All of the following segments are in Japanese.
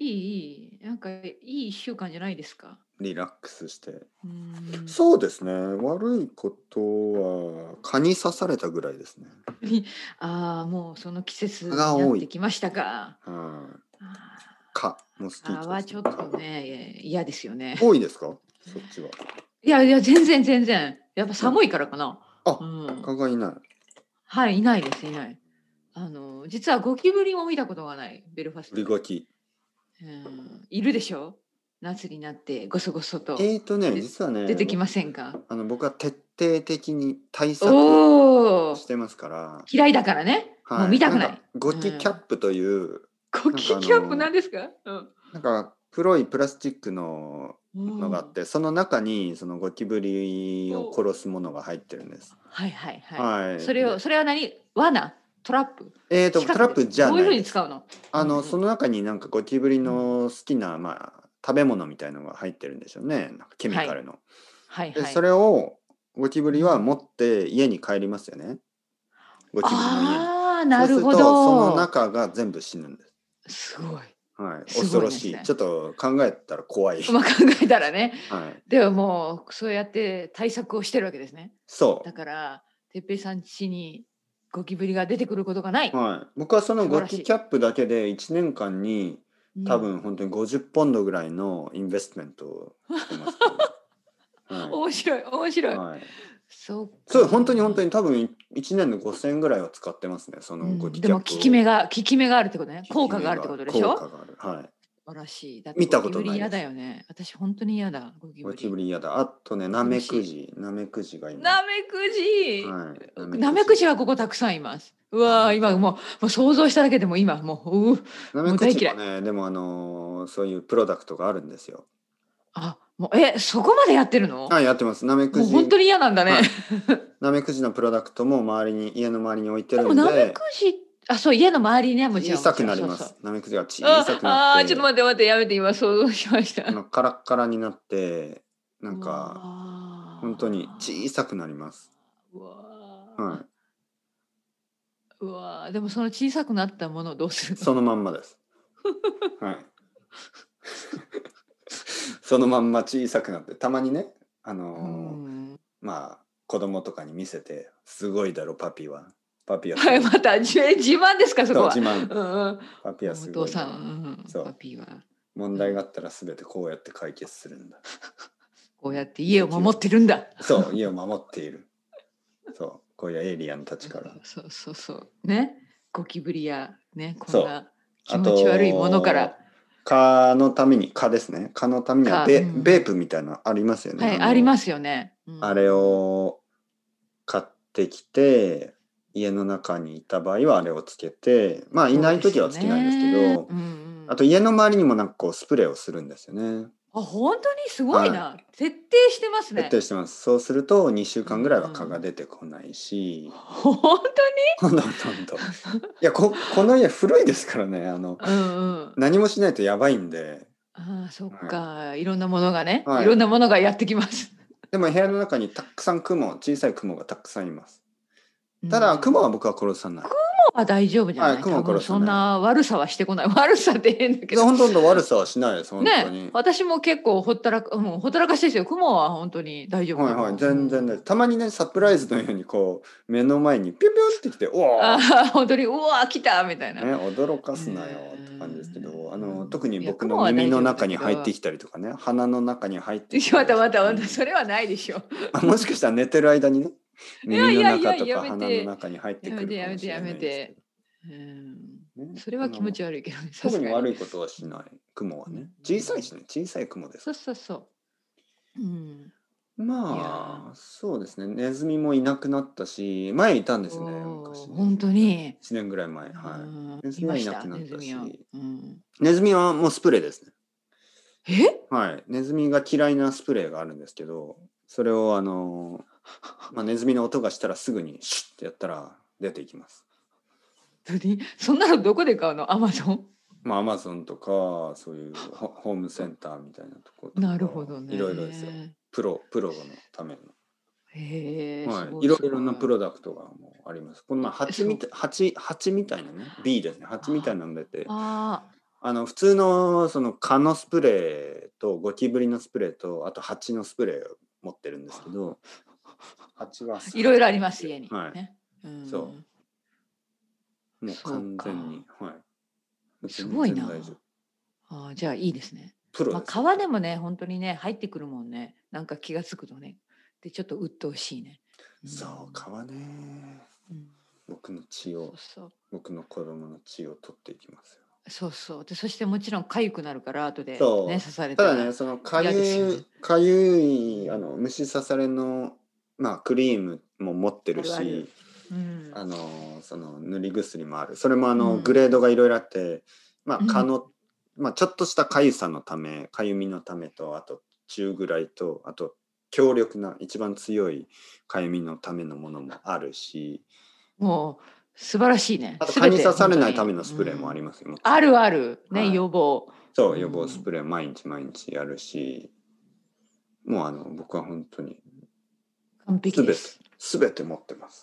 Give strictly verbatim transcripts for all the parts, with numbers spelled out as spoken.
いいいい。なんかいい一週間じゃないですか。 リラックスして。 うーん。 そうですね。悪いことは蚊に刺されたぐらいですね。 ああ、もうその季節になっ蚊が多い。 てきましたか。 はい。 あ蚊、モスあ、 キー蚊トですね。蚊。 はちょっとね、嫌ですよね。 多いですか？そっちは。 いやいや、全然全然。やっぱはい。 寒いからかな。うあ、 ん。 蚊がいない。 はい、いないです、いない。あの、実はゴキブリも見たことがない、ベルファストで。 ブリゴキ。 うん、いるでしょ？夏になってごそごそと、 えーとね、 で実はね、僕出てきませんか？ あの、僕は徹底的に対策おお、 してますから、 嫌いだからね。もうはい。なんか、 見たくない。 ゴうん。 キキャップという、 ゴなんかあキキャップの、 なんですか？うん。 なんか黒いプラスチックのうん。 のがあって、その中にそのゴキブリをお、 殺すものが入ってるんです。 はいはいはい。 はい。 それをで、 それは何？罠？トラップ？ えーと、 仕掛けてる？ トラップじゃどういう風ないです。 に使うの？うあの、そんうん。 の中になんかゴキブリうん。 の好きな、まあ、食べ物みたいのが入ってるんでしょうね。なんかケミはい。 カルの。で、そはいはい。 れをゴキブリはうん。 持って家に帰りますよね。ゴキブリの家に。 ああ、 そうなるほすると、そのど。 中が全部死ぬんです。 すごい。 はい。 す恐ろしい。ちごいですね。 ょっと考えたら怖い。 ま、考えたらね。 はい。 でももう、そうやって対策をしてるわけですね。だそから、哲平さん家にゴキブリが出てくることがなう。 い。 はい。僕はそのゴ素晴らしい。 キキャップだけでいちねんかんにうん。 多分本当にごじゅうポンドぐらいのインベストメントをしてますからね。はい。 面白い、面白い。 はい。 そっそう、本当に本当か。 に多分いいちねんでごせんえんぐらいは使ってますね。そのゴうん、 キでも効キャップを。 き目が効き目があるってことね。 効効果があるってき目がある。 ことでしょ？ 効果がある。はい。 素晴らしい。だって見たこゴキブリとないです。 嫌だよね。私ほんとに嫌だ、ゴキゴキブブリ。 リ嫌だ。あとね、ナメ恐ろしい。 クジ。ナメクジがいます。 ナメクジ。 はい。ナメナメククジ。 ジはここたくさんいます。うあ、 わ、 本当。 今もうもう想像しただけでも今もう、う、 ナメクもう大嫌い。 ジもね、でもあのーそういうプロダクトがあるんですよ。 あ、もう、え、そこまでやってるの？ はい、やってます。ナメクジ、 もうほんとに嫌なんだね。 はい。ナメクジのプロダクトも周りに、家の周りに置いてるでもナメクんで、 ジあ、そう、家の周りね、もちろんもちろん、 小さくなりそうそう。 ます。ナメクジが小さあ、 くなっああ、ちょっとて、 待って待って、やめて、今想像しました。 あの、カラッカラになって、なうんか、本当に小わ。 さくなります。 うわ。 はい。 うわ、でもその小さくなったものをどうするの？ そのまんまです。はい。そのまんま小さくなって、たまにね、あうのーん。 まあ、子供とかに見せて、すごいだろ、パピは。パピはすはい、 ごい。 また、じえ、自慢ですか？そそう、 こは。 自慢。 うんパピはうん。お父さん、 すごいだろ。 うん、 そう。 パピーは、 問うん、 題があったら全てこうやって解決するんだ。 こうやって奇跡を。 家を守ってるんだ。 そう、家を守っている。そう、こういうエイリアンたちから。 そうそうそう。ね。ゴキブリや、ね、こんそう。 な気あ持ち悪いものかと、 ら蚊のために、蚊ですね。蚊のためにはか、うんうベ、ベーん。 プみたいなのありますよね。 はい、ありあの、 ますよね。うんうあれん。 を買ってきて、家の中にいた場合はあれをつけて、まあいない時そうですよはつけないですけね。 ど、 うんうん。 あと家の周りにもなんかこうスプレーをするんですよね。 あ、本当にすごいはい。 な。徹底してます徹ね。 底してます。そうするとにしゅううんうかんぐらいは蚊がん。 出てこないし、 本当に？ ほんとほんとほんと。いや、ここの家古いですからね、あの、 うんうん。 何もしないとやばいんで、 ああ、そっはい。 か。いろんなものがね、いはい。 ろんなものがやってきます。 でも部屋の中にたくさん雲、小さい雲がたくさんいます。 うただ、雲ん。 は僕は殺さない。 雲は大丈夫じゃはい、 ない？ 雲は多分そん殺さない。 な悪さはしてこない。悪さって変だけいや、 ど。 ほんとほんと悪さはしないです、ほんとね、 に。 私も結構ほったらかうん、ほったらかしですよ。雲は本当に大丈夫はいはい、 かな。う全然ね、 ん。 たまにね、サプライズのようにこう、目の前にピュピュってきて、「おあお！」 あ、本当に、うわ、来たみたいな。 ね、驚かうすなよって感じですけど、あの、特ん。いや、 に僕の雲は大丈夫耳の中だけど。 に入ってきたりとかね、鼻の中に入っていや、 きたりはしまたまたまた、そないんで。 れはないでしょ。 あ、もしかしたら寝てる間にね、 いや耳のいやいや、 中とかやめて。 鼻の中に入ってやめてくるかもやめてやしれないですけめて。 ど。 うん。 ね、 それは気持あの、 ち悪いけどね、さ特すがに。 に悪いことはしない、雲はうんね。小さいしね、小さい雲ですそうかそうそう。うん。 ら。 いやまあ、そうですね。ネズミもいなくなったし、前いたんでー、 すね、 おお、 昔ネほんズミが。 とに。 いちねんぐらい前、 うはい。 ん、 ネズミはいいました？ なくなったネズミは。 し、 うん。 ネズミはもうスプレーですね。 え？ はい。ネズミが嫌いなスプレーがあるんですけど、それをあの、まあ、ネズミの音がしたらすぐにシュッてやったら出ていきます。 ほんとに？そんなのどこで買うの？アマゾン？ まあ、アマゾンとか、そういうホホームセンターみたいなとことなるほか、 どいろいろですよ。 ね。 プロ、プロのための。 へえ、すはい。 ごいいろいろすごい。 なプロダクトがもうあります。このまあ、 え、そう。 蜂みたい、蜂、蜂みたいなね、ビーですね。蜂みたいあなの出て、 あ、ああの普通のその蚊のスプレーとゴキブリのスプレーとあと蜂のスプレーを持ってるんですけど、蜂はいろいろあります家に、 はい、 ね、うん、 そうもう完全に、はい、 すごいな。 全然大丈夫。 あ、じゃあいいですね。 プロです。 まあ、川でもね本当にね入ってくるもんね。なんか気がつくとね。でちょっと鬱陶しいね。 うん、そう川ね、うん、僕の血をそうそう僕の子供の血を取っていきますよ。そうそう。でそしてもちろん痒くなるから後でね刺されたら。ただねそのかゆいかゆいあの虫刺されのまあクリームも持ってるし。あるある、うん、あのその塗り薬もある。それもあの、うん、グレードがいろいろあって、まあ蚊の、うん、まあ、ちょっとしたかゆさのためかゆみのためとあと中ぐらいとあと強力な一番強いかゆみのためのものもあるし、 もう素晴らしいね。 あと蚊に刺されないためのスプレーもありますよ、うん、 あるあるね、はい、予防そう予防スプレー毎日毎日やるし、もうあの僕は本当に完璧です。 すべて持ってます。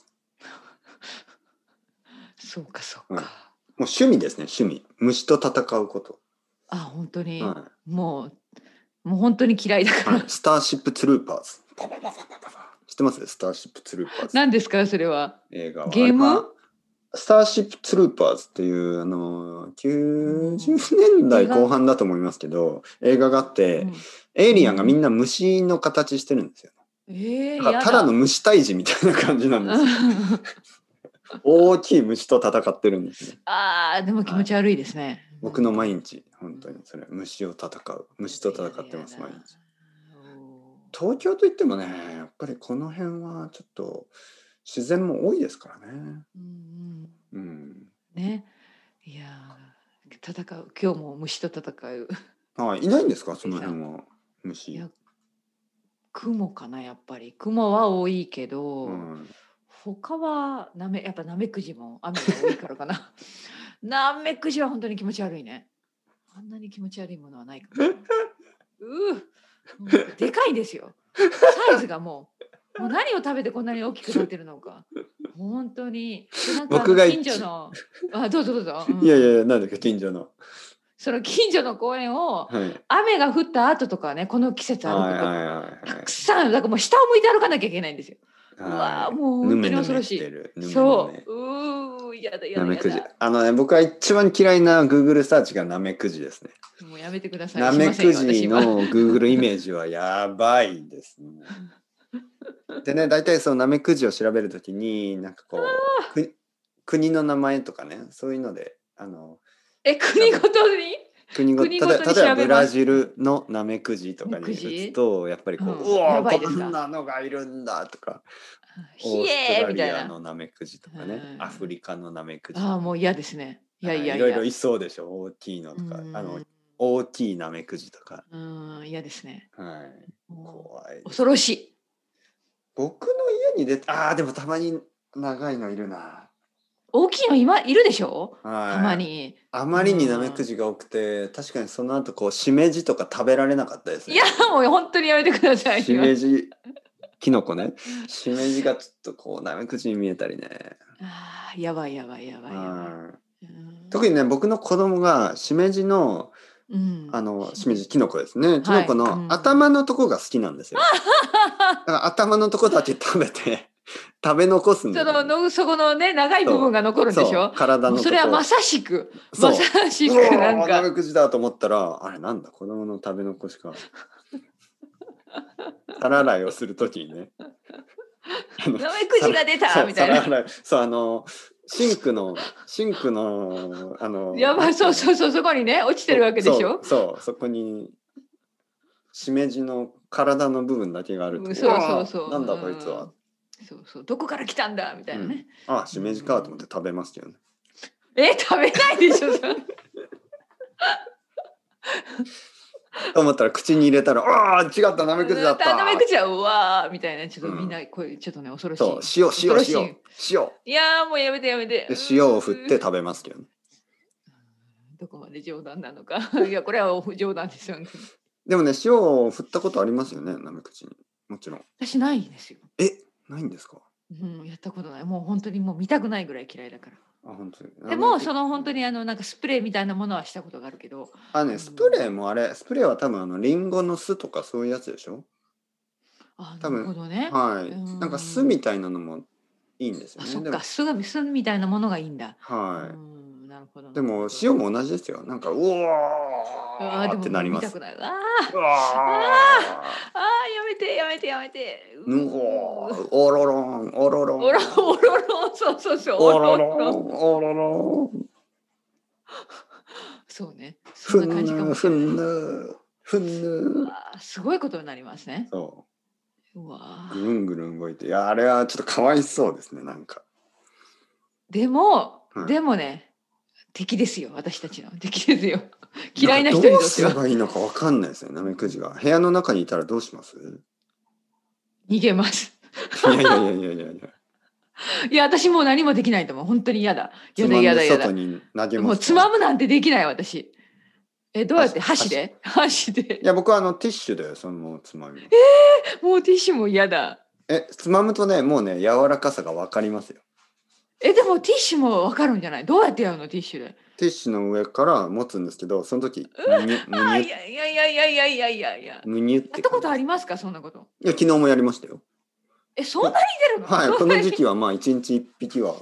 そうかそうか、 はい、もう趣味ですね。趣味、虫と戦うこと。 あ本当に、はい、もうもう本当に嫌いだから、はい、 スターシップトゥルーパーズ知ってます？スターシップトゥルーパーズ何ですかそれは。 映画はゲーム？ スターシップトゥルーパーズっていうあのきゅうじゅうねんだいこう半だと思いますけど、映画があって、うん、エイリアンがみんな虫の形してるんですよ、ね、うん、だからただの虫退治みたいな感じなんですよ大きい虫と戦ってるんですね。 あーでも気持ち悪いですね、はい、 僕の毎日本当にそれ虫を戦う虫と戦ってます毎日。東京といってもねやっぱりこの辺はちょっと自然も多いですからね。うんうん、 ね、いや戦う今日も虫と戦う。 あいないんですかその辺は虫。いや雲かなやっぱり雲は多いけど、うん、他はなめやっぱナメクジも雨が多いからかな。ナメクジは本当に気持ち悪いね。あんなに気持ち悪いものはないかも。うーでかいんですよ。サイズがもうもう何を食べてこんなに大きくなってるのか。本当に。なんか僕が近所のあどうぞどうぞ。 うん、いやいやなんだか近所の。 その近所の公園を、はい、雨が降った後とかねこの季節歩くと、はいはいはいはい、たくさんだからもう下を向いて歩かなきゃいけないんですよ。うわもう本当に恐ろしい。ぬめぬめそううーやだやだやだ。 あのね僕は一番嫌いな Google サーチがナメクジですね。 もうやめてください。 ナメクジの Google イメージはやばいですね。でね大体そのナメクジを調べるときになんかこう国の名前とかねそういうのであのえ国ごとに国ごとに例えばブラジルのナメクジとかに打つとやっぱりこう、うん、うわこんなのがいるんだとか、オーストラリアのナメクジとかね、アフリカのナメクジああもう嫌ですね。いやいやいやいろいろいそうでしょ大きいのとかあの大きいナメクジとかうん嫌ですね。 はい怖い恐ろしい。 僕の家に出てああでもたまに長いのいるな。 大きいの今いるでしょ、はい、たまに。 あまりにナメクジが多くて確かにその後こうしめじとか食べられなかったですね。 いやもう本当にやめてください。 しめじキノコねしめじがちょっとこうナメクジに見えたりね。 ああやばいやばいやばいやばい。 特にね僕の子供がしめじのうん、あのしめじキノコですねキノコの頭のとこが好きなんですよ、だから頭のとこだけ食べて食べ残すんだよ、ね、 そのそこのね長い部分が残るんでしょ。体のとこそれはまさしくまさしくなんかナメクジだと思ったらあれなんだ子供の食べ残しか皿洗いをするときにねナメクジが出たみたいな。 そうあのシンクのシンクのあのやばいそうそうそうそこにね落ちてるわけでしょ。 そうそうそこにしめじの体の部分だけがあると、うん、 そうそうそうなんだこいつは、 そうそうどこから来たんだみたいなね、 うん、あしめじかと思って食べますけどね。 え食べないでしょと思ったら口に入れたらああ違ったナメクジだった。 ナメクジはうわーみたいなちょっとみんなこれちょっとね恐ろしい。 そう塩塩塩塩。 いやもうやめてやめて。 で塩を振って食べますけどね。 どこまで冗談なのかいやこれは冗談ですよね。 でもね塩を振ったことありますよねナメクジにもちろん。 私ないですよ。 えないんですか。 うんやったことないもう本当にもう見たくないぐらい嫌いだから。 あ、本当に。 でもその本当にあのなんかスプレーみたいなものはしたことがあるけど。 あね、スプレーもあれ、スプレーは多分あのリンゴの巣とかそういうやつでしょ。 あ、なるほどね。 はい。なんか巣みたいなのもいいんですよね。 あ、そっか、巣が巣みたいなものがいいんだ。 はい。 うん、なるほど。 でも塩も同じですよ。なんかうわーってなります。 ああ、ああ、やめてやめてやめて。 うおおろろんおろろんおろおろろん、そうそうそう。 おろろんおろろん。 そうね。そんな感じかもしれない。ふんぬふんぬ。 すごいことになりますね。 そう。 うわ。 ぐるんぐるん動いて、いやあれはちょっとかわいそうですね、なんか。 でも、はい、でもね、敵ですよ、私たちの敵ですよ。嫌いな人にとっては。 どうすればいいのかわかんないですね、ナメクジが。部屋の中にいたらどうします？ 逃げます。 いやいやいやいやいやいや。 いや、私もう何もできないと思う。本当に嫌だ。嫌だ嫌だ嫌だ。もうつまむなんてできない私。え、どうやって箸で箸で。 いや、僕はあのティッシュでそのつまみ。 えー、もうティッシュも嫌だ。 え、つまむとね、もうね、柔らかさがわかりますよ。 え、でもティッシュもわかるんじゃない？どうやってやるのティッシュで。 ティッシュの上から持つんですけど、その時むにゅむにゅ。いやいやいやいやいやいやいやいや。 むにゅって。 やったことありますかそんなこと？ いや、昨日もやりましたよ。 え、そんなに出るの？ はい、この時期はまあ一日一匹は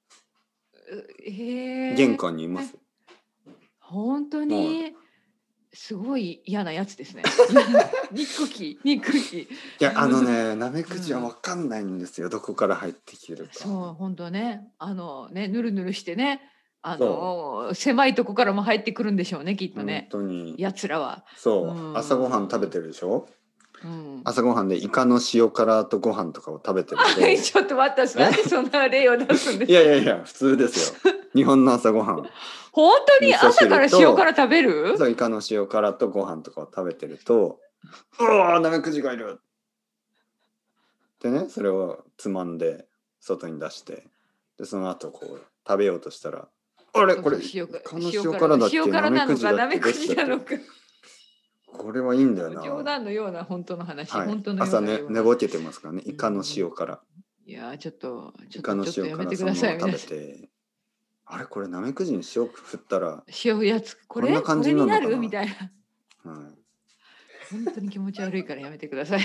えー、 玄関にいます。 本当にすごい嫌なやつですね。憎き憎き。いや、あのね、ナメクジはわかんないんですよ、どこから入ってきてるか。 そう、本当ね、あのね、ぬるぬるしてね、あの狭いとこからも入ってくるんでしょうね、きっとね。 本当に。 やつらは。 そう、朝ごはん食べてるでしょ。 うん、 朝ごはんでイカの塩辛とご飯とかを食べてると。 ちょっと待った、なんでそんな例を出すんですか。 いやいやいや、普通ですよ。日本の朝ごはん。 本当に朝から塩辛食べる？ そう、イカの塩辛とご飯とかを食べてると、うわー、ナメクジがいるでね、それをつまんで外に出して、でその後こう食べようとしたら、あれこれイカの塩辛だっけ？ 塩辛なのかナメクジなのか。 これはいいんだよな。 冗談のような本当の話。はい、本当の朝ね寝ぼけてますからね。イカの塩辛。 いやちょっとちょっとイカの塩辛そのまま食べて。あれこれナメクジに塩振ったら塩やつこれこんな感じになるみたいな。 はい。 本当に気持ち悪いからやめてください。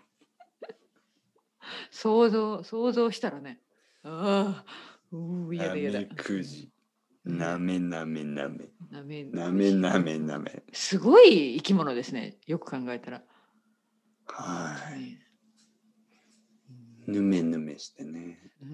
想像想像したらね。ああ、うやだやだ。 ナメクジ。なめなめなめ。 なめなめなめなめ。 すごい生き物ですね。よく考えたら。 はい。ぬめぬめしてね。 うん、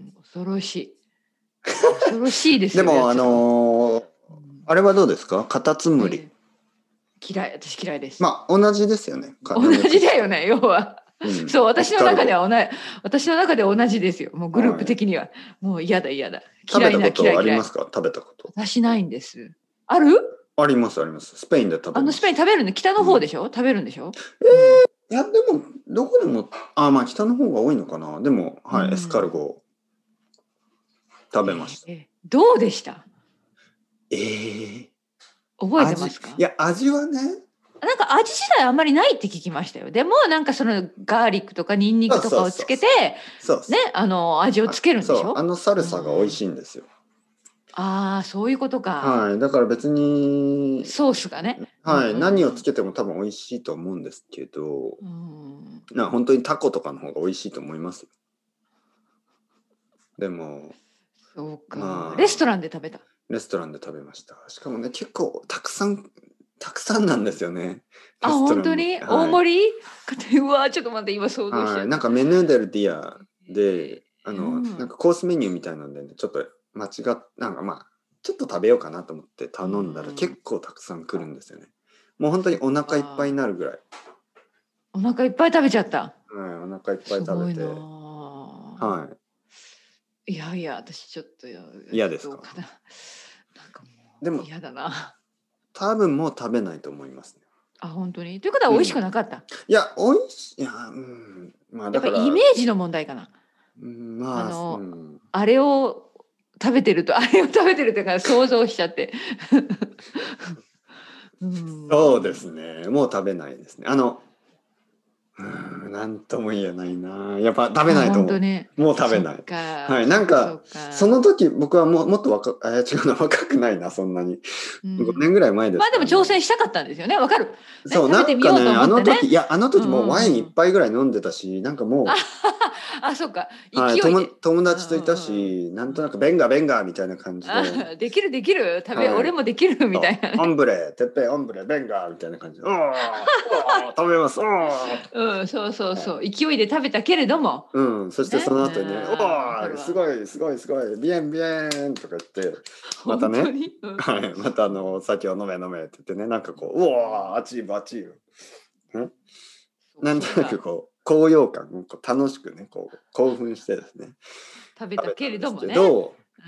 恐ろしい。恐ろしいですよ。 でもあのー、あれはどうですか？カタツムリ。えー、嫌い、私嫌いです。 まあ同じですよね。 同じだよね、要は。うん、そう、私の中では同じ、私の中で同じですよ。もうグループ的には、はい、もう嫌だ嫌だ。 嫌いな嫌い嫌い。ありますか？食べたこと。 私ないんです。ある？ ありますあります。スペインで食べます。 あのスペイン食べるの北の方でしょ？うん、食べるんでしょ？ えー、いやでもどこでもあまあ北の方が多いのかな。でもはい、うん、エスカルゴ食べました。 えー、どうでした？ えー、 覚えてますか？ いや味はね。 なんか味自体あんまりないって聞きましたよ。でもなんかそのガーリックとかニンニクとかをつけてね、あの味をつけるんでしょ。 あのサルサが美味しいんですよ。 うん、ああそういうことか。 はい、だから別にソースがね。 はい、うん、何をつけても多分美味しいと思うんですけど、うん、な本当にタコとかの方が美味しいと思いますよ。でもそうか、まあ、レストランで食べた。 レストランで食べました。しかもね結構たくさんたくさんなんですよね。 あ、本当に、はい、大盛り？うわちょっと待って今想像しちゃう、はい、 なんかメヌーデルディアであの、うん、なんかコースメニューみたいなんで、ね、ちょっと間違っなんかまあちょっと食べようかなと思って頼んだら、うん、結構たくさん来るんですよね。もう本当にお腹いっぱいになるぐらい。 お腹いっぱい食べちゃった。 はい、お腹いっぱい食べて。はい。 いやいや私ちょっと嫌ですか？ かな。なんかもう嫌だな。 多分もう食べないと思いますね。 あ、本当に？ということは美味しくなかった？うん、 いや美味しい、いや、うん、まあだからやっぱイメージの問題かな。 うん、まあ、 あの、 うん、 あれを食べてるとあれを食べてるというか想像しちゃって。 うん、そうですね。もう食べないですね。あのうん、なんとも言えないな。やっぱ食べないと思う。ね、もう食べない。はい、なんかその時僕はももっと若あ違うな若くないなそんなに。ごねんぐらい前です、 ね。まあでも挑戦したかったんですよね。わかる。ね、 そうなんかねあの時いやあの時もうワイン一杯ぐらい飲んでたし、なんかもう。 あ、そうか。 はい、友友達といたし、なんとなくベンガベンガみたいな感じで。 できるできる食べ、はい、俺もできるみたいな、ね。 オンブレ、てっぺんオンブレ、ベンガみたいな感じで。おお食べます。 うん、そうそうそう、はい、勢いで食べたけれども。 うん、そしてその後にね、おおすごいすごいすごいビエンビエンとか言って、またね、うん、はい、またあの酒を飲め飲めって言ってね、なんかこう、うおーアチーブアチーブ。ね、なんとなくこう。高揚感こう楽しくねこう興奮してですね食べたけれどもね。うん、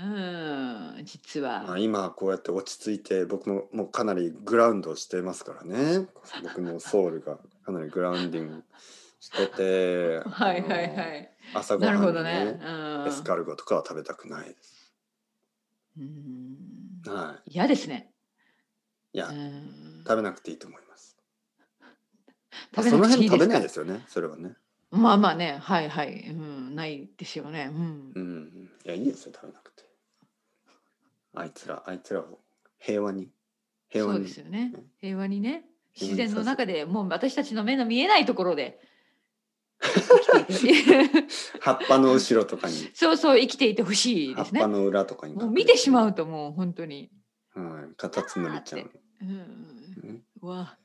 実は、 まあ、今こうやって落ち着いて僕ももうかなりグラウンドしてますからね。僕のソウルがかなりグラウンディングしててはいはいはい朝ごはんに ね, ね、うん、エスカルゴとかは食べたくないです。 うん、 はい、 嫌ですね。 いや、うん、食べなくていいと思います。その辺食べないですよね、それはね。 まあまあね、はいはい、うん、ないですよね。うん。 うん、いやいいですよ食べなくて。あいつらあいつらを平和に平和に。そうですよね。平和にね、自然の中でもう私たちの目の見えないところで。 葉っぱの後ろとかに。 そうそう生きていてほしいですね。 葉っぱの裏とかに。 もう見てしまうともう本当に。 はい、カタツムリちゃん。 うん。うわ。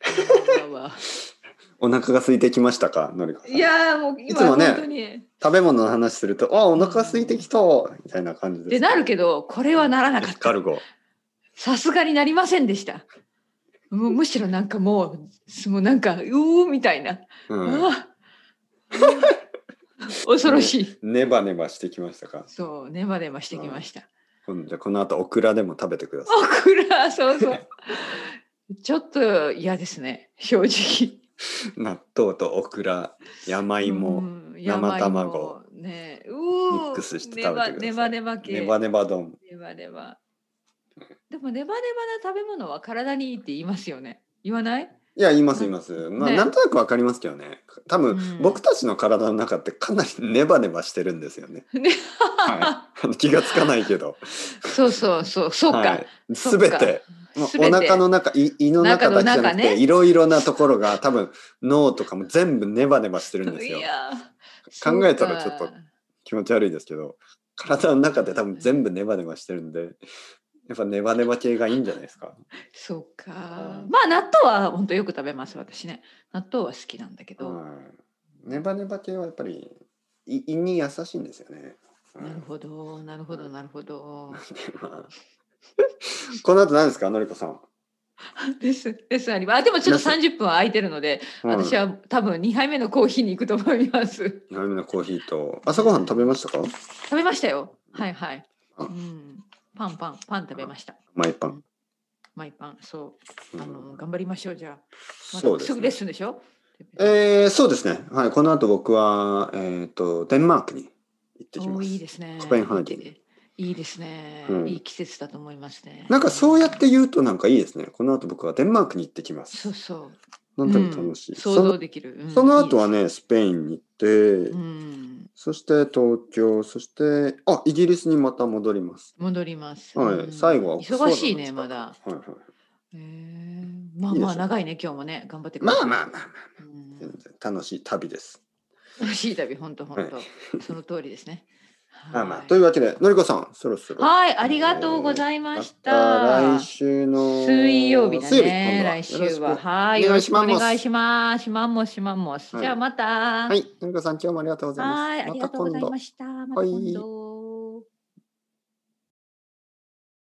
お腹が空いてきましたか、のりこさん。 いやもういつもね食べ物の話するとあお腹空いてきたみたいな感じです。 でなるけどこれはならなかった。さすがになりませんでした。もうむしろなんかもうもうなんかうーみたいな。うん、あ恐ろしい。 ネバネバしてきましたか。 そうネバネバしてきました。 うん、じゃこの後オクラでも食べてください。 オクラそうそう。ちょっと嫌ですね正直。 納豆とオクラ、山芋、うん、生卵、 ね、 うミックスして食べてください。 ネバネバ系。 ネバネバ丼。 ネバネバ。でもネバネバな食べ物は体にいいって言いますよね。言わない？ いや言います言います。まあ、ね、なんとなくわかりますけどね。多分、うん、僕たちの体の中ってかなりネバネバしてるんですよね。はい、気がつかないけど。 そうそうそうそうか。はい、 全て。お腹の中、胃の中だけじゃなくて、いろいろなところが多分脳とかも全部ネバネバしてるんですよ。いや考えたらちょっと気持ち悪いですけど、体の中で多分全部ネバネバしてるんで、やっぱネバネバ系がいいんじゃないですか。 そうか。まあ納豆は本当よく食べます私ね。納豆は好きなんだけど。 ネバネバ系はやっぱり胃に優しいんですよね。 なるほどなるほどなるほど。 この後何ですか、のりこさん。 レッスンレッスンあります。あでもちょっとさんじゅっぷんは空いてるので、うん、私は多分にはいめのコーヒーに行くと思います。 にはいめのコーヒーと朝ごはん食べましたか？ 食べましたよ。はいはい。うん、パンパンパン食べました。 マイパン。 マイパンそうあの、うん、頑張りましょうじゃあ。ま、そうですね、すぐレッスンでしょ？ えー、そうですね。はい、この後僕はえっとデンマークに行ってきます。 いいですね。 コペンハーゲン。 いいですね、うん、いい季節だと思いますね。 なんかそうやって言うとなんかいいですね。この後僕はデンマークに行ってきます。 そうそうなんとなく楽しい、うん、 想像できる、 うん、その後はねスペインに行って、うん、そして東京、そしてあイギリスにまた戻ります戻ります、 はい、うん、最後は忙しいねまだ。はいはい、えー、まあまあ長いね今日もね頑張ってください。 まあまあまあまあ、うん、全然楽しい旅です。 楽しい旅本当本当、はい、その通りですね。 まあまあ、というわけでのりこさんそろそろはいありがとうございました。 また来週の水曜日だね。来週ははいよろしくお願いします。しまんもしまんも、はい、じゃあまた。 はいのりこさん今日もありがとうございます。 はいありがとうございました。また今度。はい。